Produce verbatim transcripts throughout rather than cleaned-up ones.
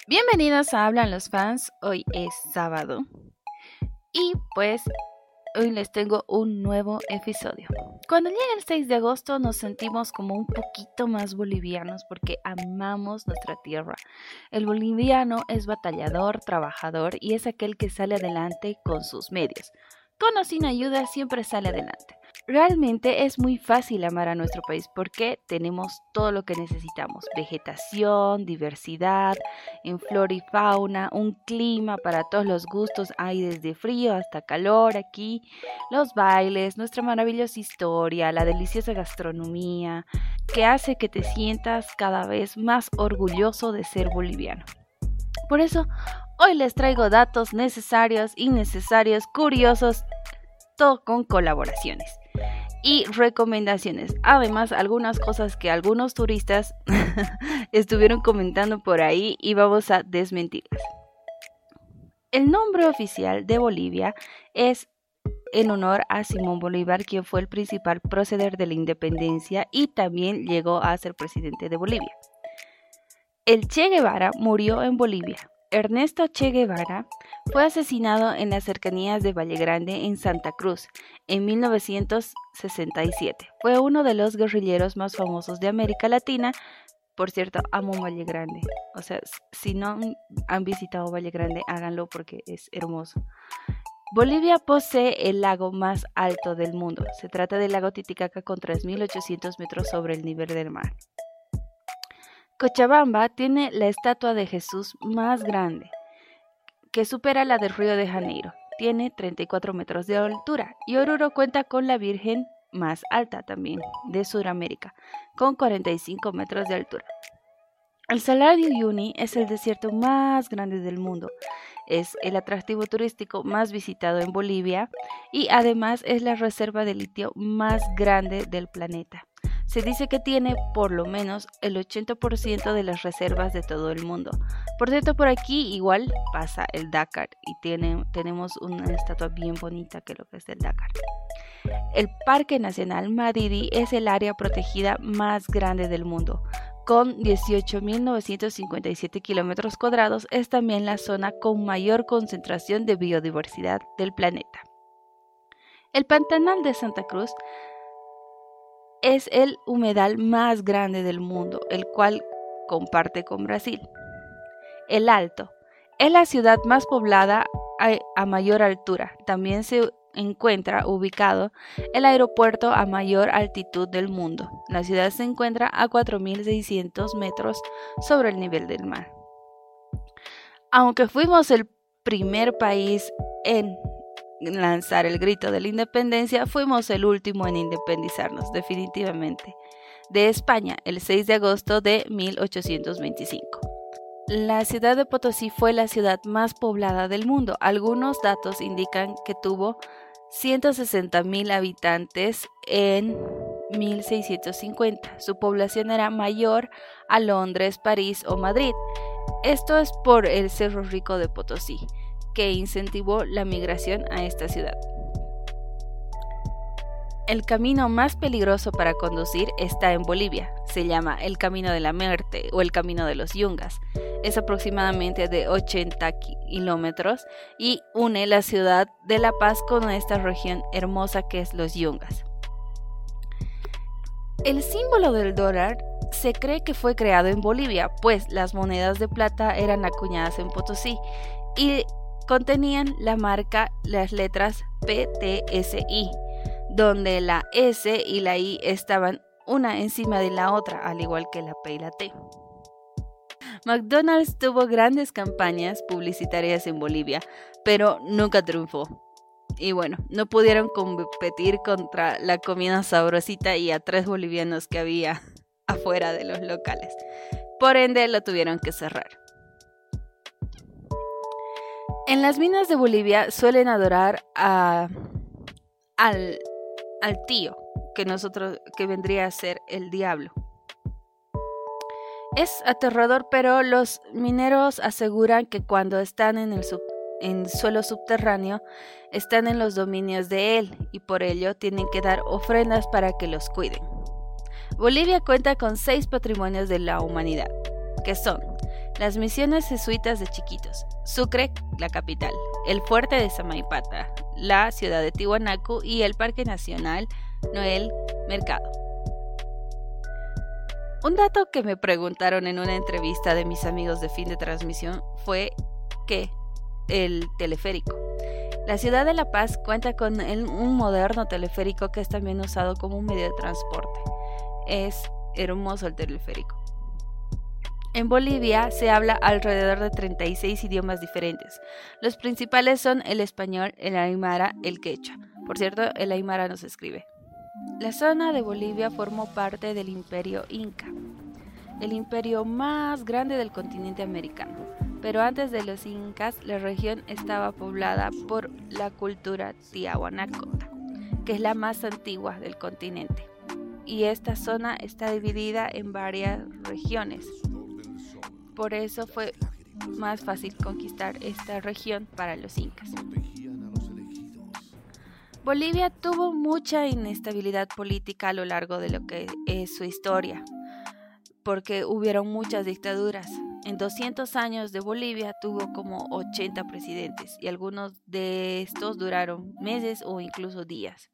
Bienvenidos a Hablan los Fans, hoy es sábado y pues hoy les tengo un nuevo episodio. Cuando llega el seis de agosto nos sentimos como un poquito más bolivianos porque amamos nuestra tierra. El boliviano es batallador, trabajador y es aquel que sale adelante con sus medios. Con o sin ayuda siempre sale adelante. Realmente es muy fácil amar a nuestro país porque tenemos todo lo que necesitamos. Vegetación, diversidad, en flora y fauna, un clima para todos los gustos. Hay desde frío hasta calor aquí. Los bailes, nuestra maravillosa historia, la deliciosa gastronomía que hace que te sientas cada vez más orgulloso de ser boliviano. Por eso, hoy les traigo datos necesarios, innecesarios, curiosos, todo con colaboraciones y recomendaciones. Además, algunas cosas que algunos turistas estuvieron comentando por ahí y vamos a desmentirlas. El nombre oficial de Bolivia es en honor a Simón Bolívar, quien fue el principal prócer de la independencia y también llegó a ser presidente de Bolivia. El Che Guevara murió en Bolivia. Ernesto Che Guevara fue asesinado en las cercanías de Valle Grande, en Santa Cruz, en mil novecientos sesenta y siete. Fue uno de los guerrilleros más famosos de América Latina. Por cierto, amo Valle Grande. O sea, si no han visitado Valle Grande, háganlo porque es hermoso. Bolivia posee el lago más alto del mundo. Se trata del lago Titicaca con tres mil ochocientos metros sobre el nivel del mar. Cochabamba tiene la estatua de Jesús más grande, que supera la del Río de Janeiro. Tiene treinta y cuatro metros de altura. Y Oruro cuenta con la Virgen más alta también de Sudamérica, con cuarenta y cinco metros de altura. El Salar de Uyuni es el desierto más grande del mundo. Es el atractivo turístico más visitado en Bolivia y además es la reserva de litio más grande del planeta. Se dice que tiene por lo menos el ochenta por ciento de las reservas de todo el mundo. Por cierto, por aquí igual pasa el Dakar y tiene, tenemos una estatua bien bonita que es lo que es el Dakar. El Parque Nacional Madidi es el área protegida más grande del mundo. Con dieciocho mil novecientos cincuenta y siete kilómetros cuadrados, es también la zona con mayor concentración de biodiversidad del planeta. El Pantanal de Santa Cruz es el humedal más grande del mundo, el cual comparte con Brasil. El Alto es la ciudad más poblada a, a mayor altura. También se encuentra ubicado el aeropuerto a mayor altitud del mundo. La ciudad se encuentra a cuatro mil seiscientos metros sobre el nivel del mar. Aunque fuimos el primer país en lanzar el grito de la independencia, fuimos el último en independizarnos, definitivamente, de España, el seis de agosto de mil ochocientos veinticinco. La ciudad de Potosí fue la ciudad más poblada del mundo. Algunos datos indican que tuvo ciento sesenta mil habitantes en mil seiscientos cincuenta. Su población era mayor a Londres, París o Madrid. Esto es por el Cerro Rico de Potosí, que incentivó la migración a esta ciudad. El camino más peligroso para conducir está en Bolivia. Se llama el Camino de la Muerte o el Camino de los Yungas. Es aproximadamente de ochenta kilómetros y une la ciudad de La Paz con esta región hermosa que es los Yungas. El símbolo del dólar se cree que fue creado en Bolivia, pues las monedas de plata eran acuñadas en Potosí y contenían la marca, las letras P T S I, donde la S y la I estaban una encima de la otra, al igual que la P y la T. McDonald's tuvo grandes campañas publicitarias en Bolivia, pero nunca triunfó. Y bueno, no pudieron competir contra la comida sabrosita y a tres bolivianos que había afuera de los locales. Por ende, lo tuvieron que cerrar. En las minas de Bolivia suelen adorar a, al, al tío, que nosotros que vendría a ser el diablo. Es aterrador, pero los mineros aseguran que cuando están en el sub, en suelo subterráneo, están en los dominios de él y por ello tienen que dar ofrendas para que los cuiden. Bolivia cuenta con seis patrimonios de la humanidad, que son las misiones jesuitas de Chiquitos, Sucre, la capital, el fuerte de Samaipata, la ciudad de Tiwanaku y el Parque Nacional Noel Mercado. Un dato que me preguntaron en una entrevista de mis amigos de fin de transmisión fue que el teleférico. La ciudad de La Paz cuenta con un moderno teleférico que es también usado como un medio de transporte. Es hermoso el teleférico. En Bolivia se habla alrededor de treinta y seis idiomas diferentes. Los principales son el español, el aymara, el quechua. Por cierto, el aymara no se escribe. La zona de Bolivia formó parte del Imperio Inca, el imperio más grande del continente americano. Pero antes de los incas, la región estaba poblada por la cultura tiahuanaco, que es la más antigua del continente. Y esta zona está dividida en varias regiones. Por eso fue más fácil conquistar esta región para los incas. Bolivia tuvo mucha inestabilidad política a lo largo de lo que es su historia, porque hubieron muchas dictaduras. En doscientos años de Bolivia tuvo como ochenta presidentes y algunos de estos duraron meses o incluso días.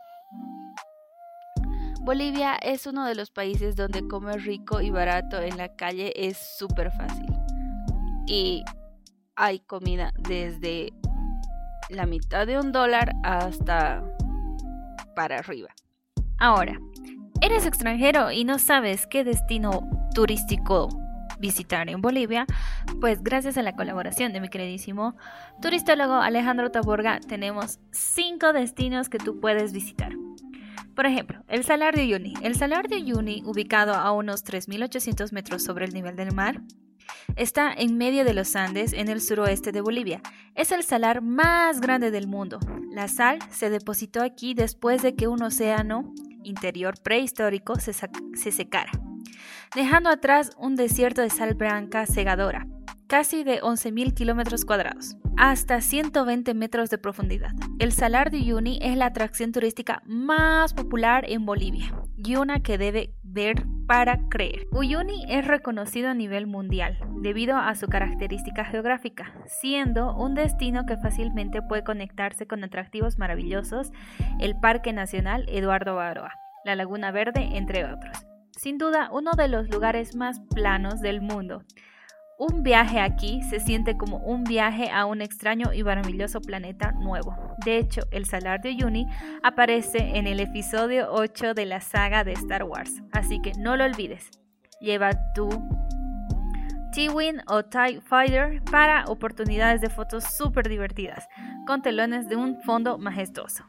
Bolivia es uno de los países donde comer rico y barato en la calle es súper fácil. Y hay comida desde la mitad de un dólar hasta para arriba. Ahora, ¿eres extranjero y no sabes qué destino turístico visitar en Bolivia? Pues gracias a la colaboración de mi queridísimo turistólogo Alejandro Taborga tenemos cinco destinos que tú puedes visitar. Por ejemplo, el Salar de Uyuni. El Salar de Uyuni, ubicado a unos tres mil ochocientos metros sobre el nivel del mar, está en medio de los Andes en el suroeste de Bolivia. Es el salar más grande del mundo. La sal se depositó aquí después de que un océano interior prehistórico se, se secara, dejando atrás un desierto de sal blanca cegadora, casi de once mil kilómetros cuadrados, hasta ciento veinte metros de profundidad. El Salar de Uyuni es la atracción turística más popular en Bolivia y una que debe ver para creer. Uyuni es reconocido a nivel mundial debido a su característica geográfica, siendo un destino que fácilmente puede conectarse con atractivos maravillosos, el Parque Nacional Eduardo Baroa, la Laguna Verde, entre otros. Sin duda, uno de los lugares más planos del mundo. Un viaje aquí se siente como un viaje a un extraño y maravilloso planeta nuevo. De hecho, el Salar de Uyuni aparece en el episodio ocho de la saga de Star Wars, así que no lo olvides. Lleva tu T-Wing o TIE Fighter para oportunidades de fotos súper divertidas, con telones de un fondo majestuoso.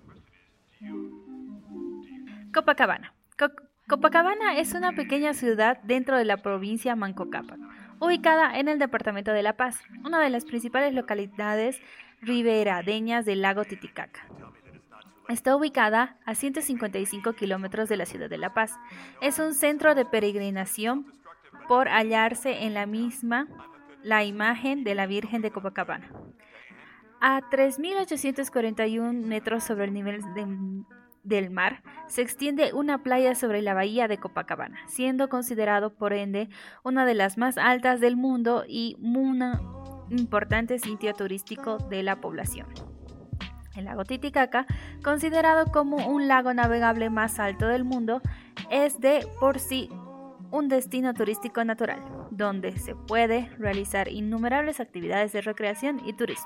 Copacabana. Co- Copacabana es una pequeña ciudad dentro de la provincia Manco Cápac, ubicada en el departamento de La Paz, una de las principales localidades riberadeñas del lago Titicaca. Está ubicada a ciento cincuenta y cinco kilómetros de la ciudad de La Paz. Es un centro de peregrinación por hallarse en la misma la imagen de la Virgen de Copacabana. A tres mil ochocientos cuarenta y uno metros sobre el nivel de del mar, se extiende una playa sobre la bahía de Copacabana, siendo considerado por ende una de las más altas del mundo y un importante sitio turístico de la población. El lago Titicaca, considerado como un lago navegable más alto del mundo, es de por sí un destino turístico natural, donde se puede realizar innumerables actividades de recreación y turismo.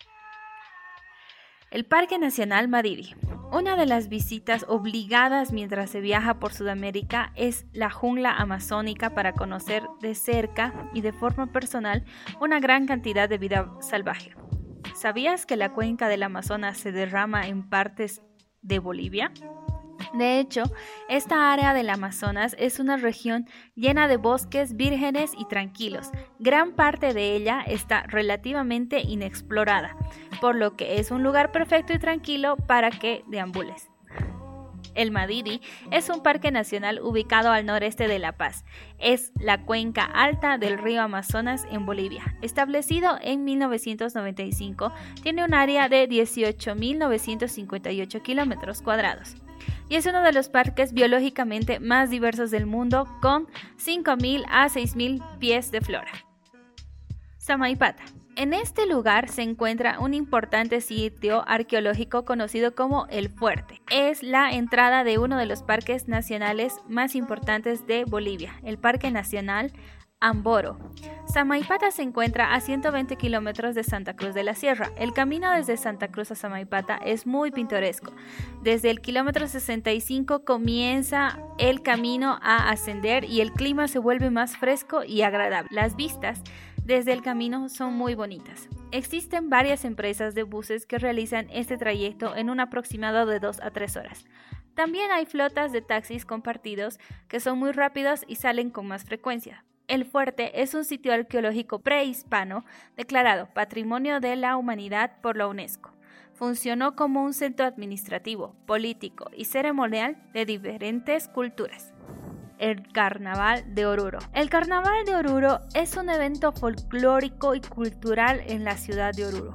El Parque Nacional Madidi. Una de las visitas obligadas mientras se viaja por Sudamérica es la jungla amazónica para conocer de cerca y de forma personal una gran cantidad de vida salvaje. ¿Sabías que la cuenca del Amazonas se derrama en partes de Bolivia? De hecho, esta área del Amazonas es una región llena de bosques vírgenes y tranquilos. Gran parte de ella está relativamente inexplorada, por lo que es un lugar perfecto y tranquilo para que deambules. El Madidi es un parque nacional ubicado al noreste de La Paz. Es la cuenca alta del río Amazonas en Bolivia. Establecido en mil novecientos noventa y cinco, tiene un área de dieciocho mil novecientos cincuenta y ocho kilómetros cuadrados. Y es uno de los parques biológicamente más diversos del mundo, con cinco mil a seis mil pies de flora. Samaipata. En este lugar se encuentra un importante sitio arqueológico conocido como El Fuerte. Es la entrada de uno de los parques nacionales más importantes de Bolivia, el Parque Nacional Amboro. Samaipata se encuentra a ciento veinte kilómetros de Santa Cruz de la Sierra. El camino desde Santa Cruz a Samaipata es muy pintoresco. Desde el kilómetro sesenta y cinco comienza el camino a ascender y el clima se vuelve más fresco y agradable. Las vistas desde el camino son muy bonitas. Existen varias empresas de buses que realizan este trayecto en un aproximado de dos a tres horas. También hay flotas de taxis compartidos que son muy rápidos y salen con más frecuencia. El Fuerte es un sitio arqueológico prehispano declarado Patrimonio de la Humanidad por la UNESCO. Funcionó como un centro administrativo, político y ceremonial de diferentes culturas. El Carnaval de Oruro. El Carnaval de Oruro es un evento folclórico y cultural en la ciudad de Oruro,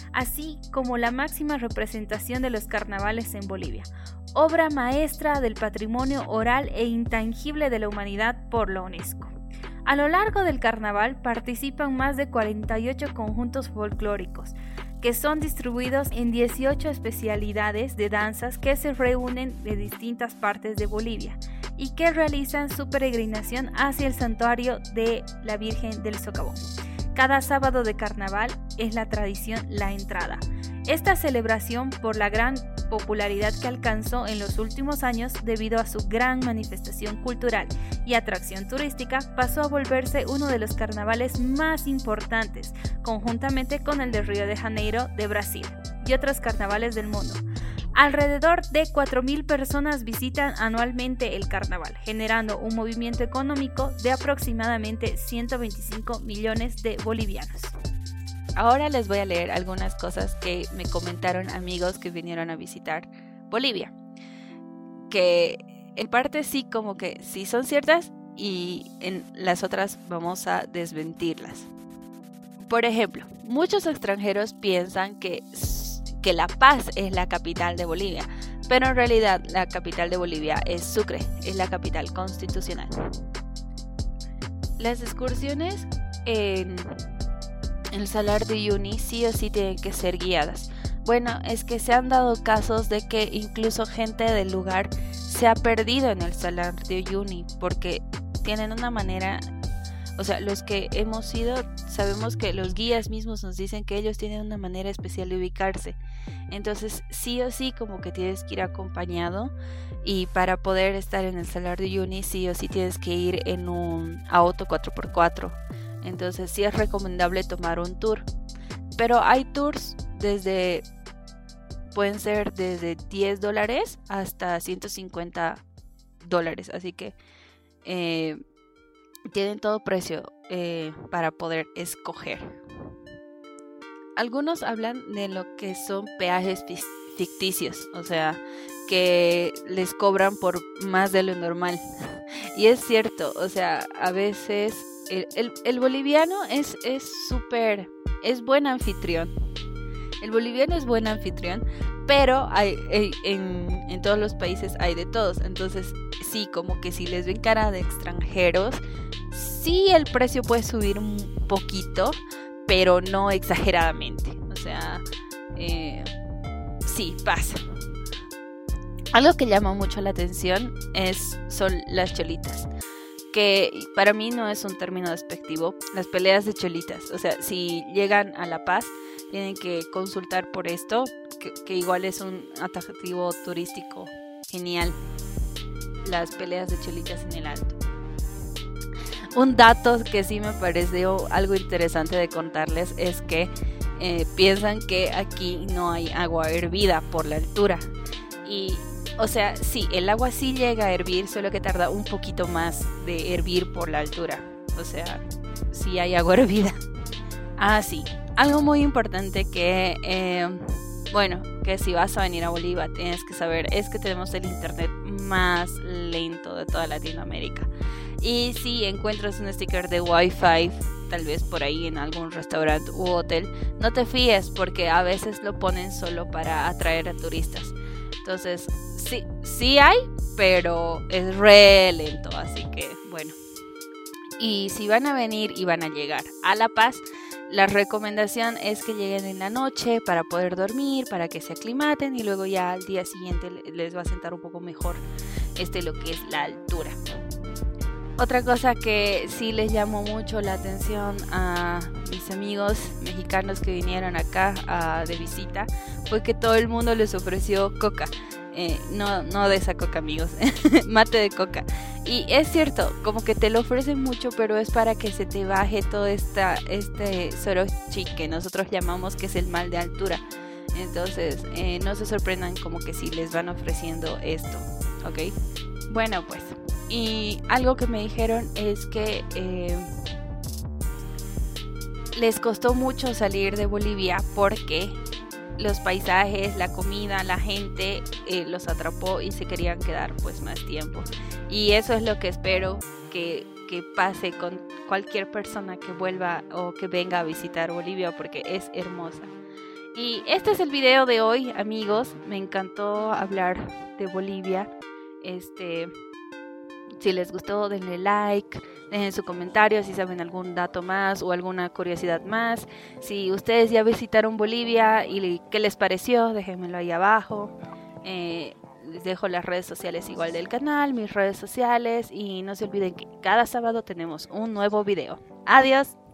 así como la máxima representación de los carnavales en Bolivia, obra maestra del patrimonio oral e intangible de la humanidad por la UNESCO. A lo largo del carnaval participan más de cuarenta y ocho conjuntos folclóricos, que son distribuidos en dieciocho especialidades de danzas que se reúnen de distintas partes de Bolivia y que realizan su peregrinación hacia el santuario de la Virgen del Socavón. Cada sábado de carnaval es la tradición la entrada. Esta celebración, por la gran popularidad que alcanzó en los últimos años debido a su gran manifestación cultural y atracción turística, pasó a volverse uno de los carnavales más importantes, conjuntamente con el de Río de Janeiro de Brasil y otros carnavales del mundo. Alrededor de cuatro mil personas visitan anualmente el carnaval, generando un movimiento económico de aproximadamente ciento veinticinco millones de bolivianos. Ahora les voy a leer algunas cosas que me comentaron amigos que vinieron a visitar Bolivia, que en parte sí como que sí son ciertas y en las otras vamos a desmentirlas. Por ejemplo, muchos extranjeros piensan que que La Paz es la capital de Bolivia, pero en realidad la capital de Bolivia es Sucre, es la capital constitucional. Las excursiones en el Salar de Uyuni sí o sí tienen que ser guiadas. Bueno, es que se han dado casos de que incluso gente del lugar se ha perdido en el Salar de Uyuni porque tienen una manera... O sea, los que hemos ido sabemos que los guías mismos nos dicen que ellos tienen una manera especial de ubicarse. Entonces, sí o sí como que tienes que ir acompañado y para poder estar en el Salar de Uyuni sí o sí tienes que ir en un auto cuatro por cuatro. Entonces, sí es recomendable tomar un tour. Pero hay tours desde... pueden ser desde diez dólares hasta ciento cincuenta dólares. Así que... Eh, tienen todo precio eh, para poder escoger. Algunos hablan de lo que son peajes ficticios, o sea, que les cobran por más de lo normal. Y es cierto, o sea, a veces el, el, el boliviano es súper, es, es buen anfitrión. El boliviano es buen anfitrión, pero hay, en, en todos los países hay de todos. Entonces, sí, como que si les ven cara de extranjeros, sí el precio puede subir un poquito, pero no exageradamente. O sea, eh, sí, pasa. Algo que llama mucho la atención es, son las cholitas, que para mí no es un término despectivo, las peleas de cholitas. O sea, si llegan a La Paz, tienen que consultar por esto, que, que igual es un atractivo turístico genial, las peleas de cholitas en el Alto. Un dato que sí me pareció algo interesante de contarles es que eh, piensan que aquí no hay agua hervida por la altura. Y, o sea, sí, el agua sí llega a hervir, solo que tarda un poquito más de hervir por la altura. O sea, sí hay agua hervida. Ah, sí. Algo muy importante que, eh, bueno, que si vas a venir a Bolivia tienes que saber es que tenemos el internet más lento de toda Latinoamérica. Y si encuentras un sticker de Wi-Fi, tal vez por ahí en algún restaurante u hotel, no te fíes porque a veces lo ponen solo para atraer a turistas. Entonces, sí, sí hay, pero es re lento, así que bueno. Y si van a venir y van a llegar a La Paz, La recomendación es que lleguen en la noche para poder dormir, para que se aclimaten y luego ya al día siguiente les va a sentar un poco mejor este lo que es la altura. Otra cosa que sí les llamó mucho la atención a mis amigos mexicanos que vinieron acá a, de visita fue que todo el mundo les ofreció coca. Eh, no, no de esa coca, amigos, mate de coca. Y es cierto, como que te lo ofrecen mucho, pero es para que se te baje todo esta, este soroche que nosotros llamamos que es el mal de altura. Entonces, eh, no se sorprendan como que si les van ofreciendo esto, ¿ok? Bueno, pues, y algo que me dijeron es que eh, les costó mucho salir de Bolivia porque los paisajes, la comida, la gente eh, los atrapó y se querían quedar pues más tiempo. Y eso es lo que espero que, que pase con cualquier persona que vuelva o que venga a visitar Bolivia porque es hermosa. Y este es el video de hoy, amigos. Me encantó hablar de Bolivia. Este, si les gustó, denle like. Dejen su comentario si saben algún dato más o alguna curiosidad más. Si ustedes ya visitaron Bolivia y qué les pareció, déjenmelo ahí abajo. Eh, les dejo las redes sociales igual del canal, mis redes sociales. Y no se olviden que cada sábado tenemos un nuevo video. Adiós.